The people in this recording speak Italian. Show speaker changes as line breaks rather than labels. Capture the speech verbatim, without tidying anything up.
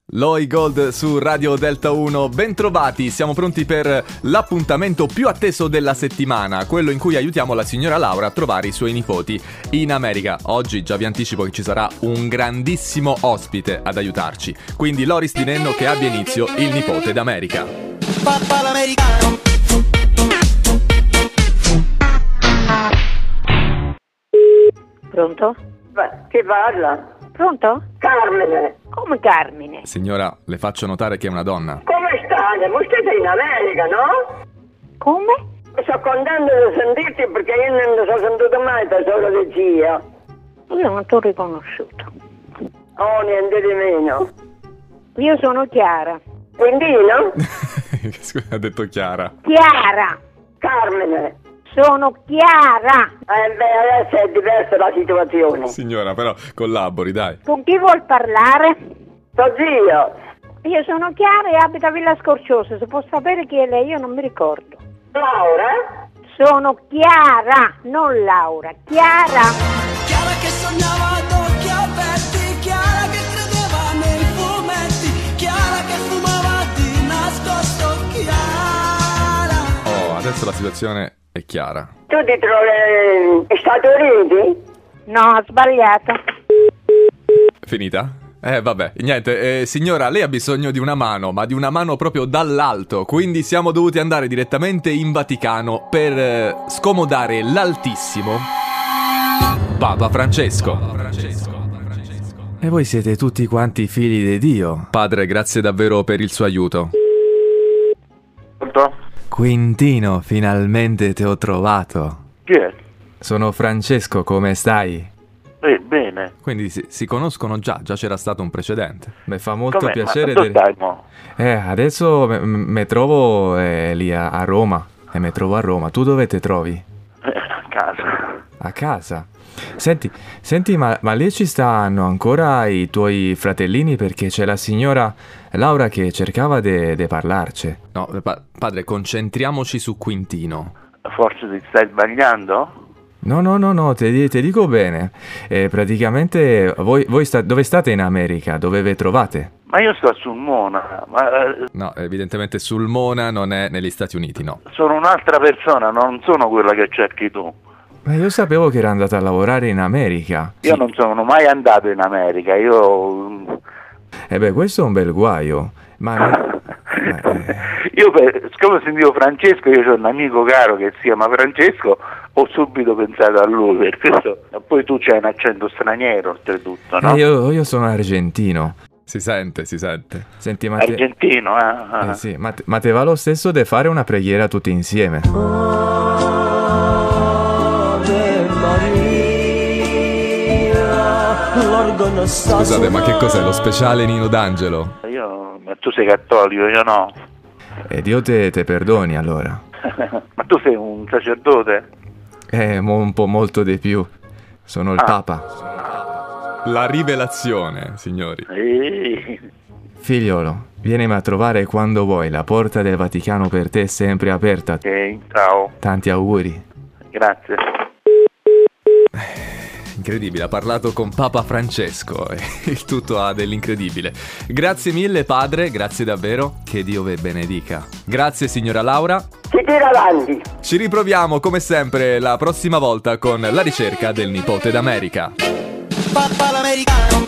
Loi Gold su Radio Delta uno, bentrovati, siamo pronti per l'appuntamento più atteso della settimana, quello in cui aiutiamo la signora Laura a trovare i suoi nipoti in America. Oggi già vi anticipo che ci sarà un grandissimo ospite ad aiutarci, quindi Loris di Nenno, che abbia inizio il nipote d'America.
Papà l'americano.
Pronto?
Beh, chi parla?
Pronto?
Carmine.
Come Carmine?
Signora, le faccio notare che è una donna.
Come state? Voi siete in America, no?
Come?
Sono contento di sentirti perché io non mi sono sentito mai tesoro di zia.
Io non ti ho riconosciuto.
Oh, niente di meno.
Io sono Chiara.
Quindino?
Scusa, ha detto Chiara.
Chiara!
Carmine.
Sono Chiara!
Eh beh, adesso è diversa la situazione.
Signora, però collabori, dai.
Con chi vuol parlare?
Sto zio.
Io sono Chiara e abito a Villa Scorciosa. Se può sapere chi è lei, io non mi ricordo.
Laura?
Sono Chiara, non Laura. Chiara!
Chiara che sognava ad occhi aperti, Chiara che credeva nei fumetti, Chiara che fumava di nascosto, Chiara.
Oh, adesso la situazione è chiara.
Tu ti trovi negli Stati Uniti?
No, ho sbagliato.
Finita? Eh vabbè, niente, eh, signora, lei ha bisogno di una mano, ma di una mano proprio dall'alto, quindi siamo dovuti andare direttamente in Vaticano per eh, scomodare l'altissimo Papa Francesco. E voi siete tutti quanti figli di Dio. Padre, grazie davvero per il suo aiuto.
Pronto?
Quintino, finalmente ti ho trovato.
Chi è?
Sono Francesco, come stai?
Eh, bene.
Quindi si, si conoscono già, già c'era stato un precedente. Mi fa molto
Com'è?
piacere.
Ma dove stai, mo?
Eh, adesso mi trovo eh, lì a, a Roma. E mi trovo a Roma. Tu dove ti trovi?
Eh, a casa.
A casa? Senti, senti, ma, ma lì ci stanno ancora i tuoi fratellini, perché c'è la signora Laura che cercava di parlarci. No, pa- padre, concentriamoci su Quintino.
Forse ti stai sbagliando?
No, no, no, no, ti, ti dico bene. Eh, praticamente voi, voi sta- dove state in America? Dove vi trovate?
Ma io sto a Sulmona, ma eh,
No, evidentemente Sulmona non è negli Stati Uniti, no.
sono un'altra persona, non sono quella che cerchi tu.
Ma io sapevo che era andata a lavorare in America.
Io non sono mai andato in America, io...
Eh beh, questo è un bel guaio. Ma non- ma, eh,
Io, per, siccome sentivo Francesco, io ho un amico caro che si chiama Francesco, ho subito pensato a lui, per questo... Poi tu c'hai un accento straniero, oltretutto, no?
eh, io, io sono argentino. Si sente, si sente. Senti, ma te,
Argentino, eh?
eh, sì, ma, te, ma te va lo stesso di fare una preghiera tutti insieme? Scusate, ma che cos'è, lo speciale Nino D'Angelo?
Io, ma tu sei cattolico, io no.
E Dio te, te perdoni allora.
Ma tu sei un sacerdote?
Eh, mo- un po' molto di più. Sono il
Ah.
Papa. La rivelazione, signori.
Ehi.
Figliolo, vienimi a trovare quando vuoi, la porta del Vaticano per te è sempre aperta.
Ok, ciao,
Tanti auguri.
grazie.
Incredibile, ha parlato con Papa Francesco e il tutto ha dell'incredibile. Grazie mille padre, grazie davvero, che Dio ve benedica. Grazie signora Laura.
Si tira avanti.
Ci riproviamo come sempre la prossima volta con la ricerca del nipote d'America.
Papà l'americano.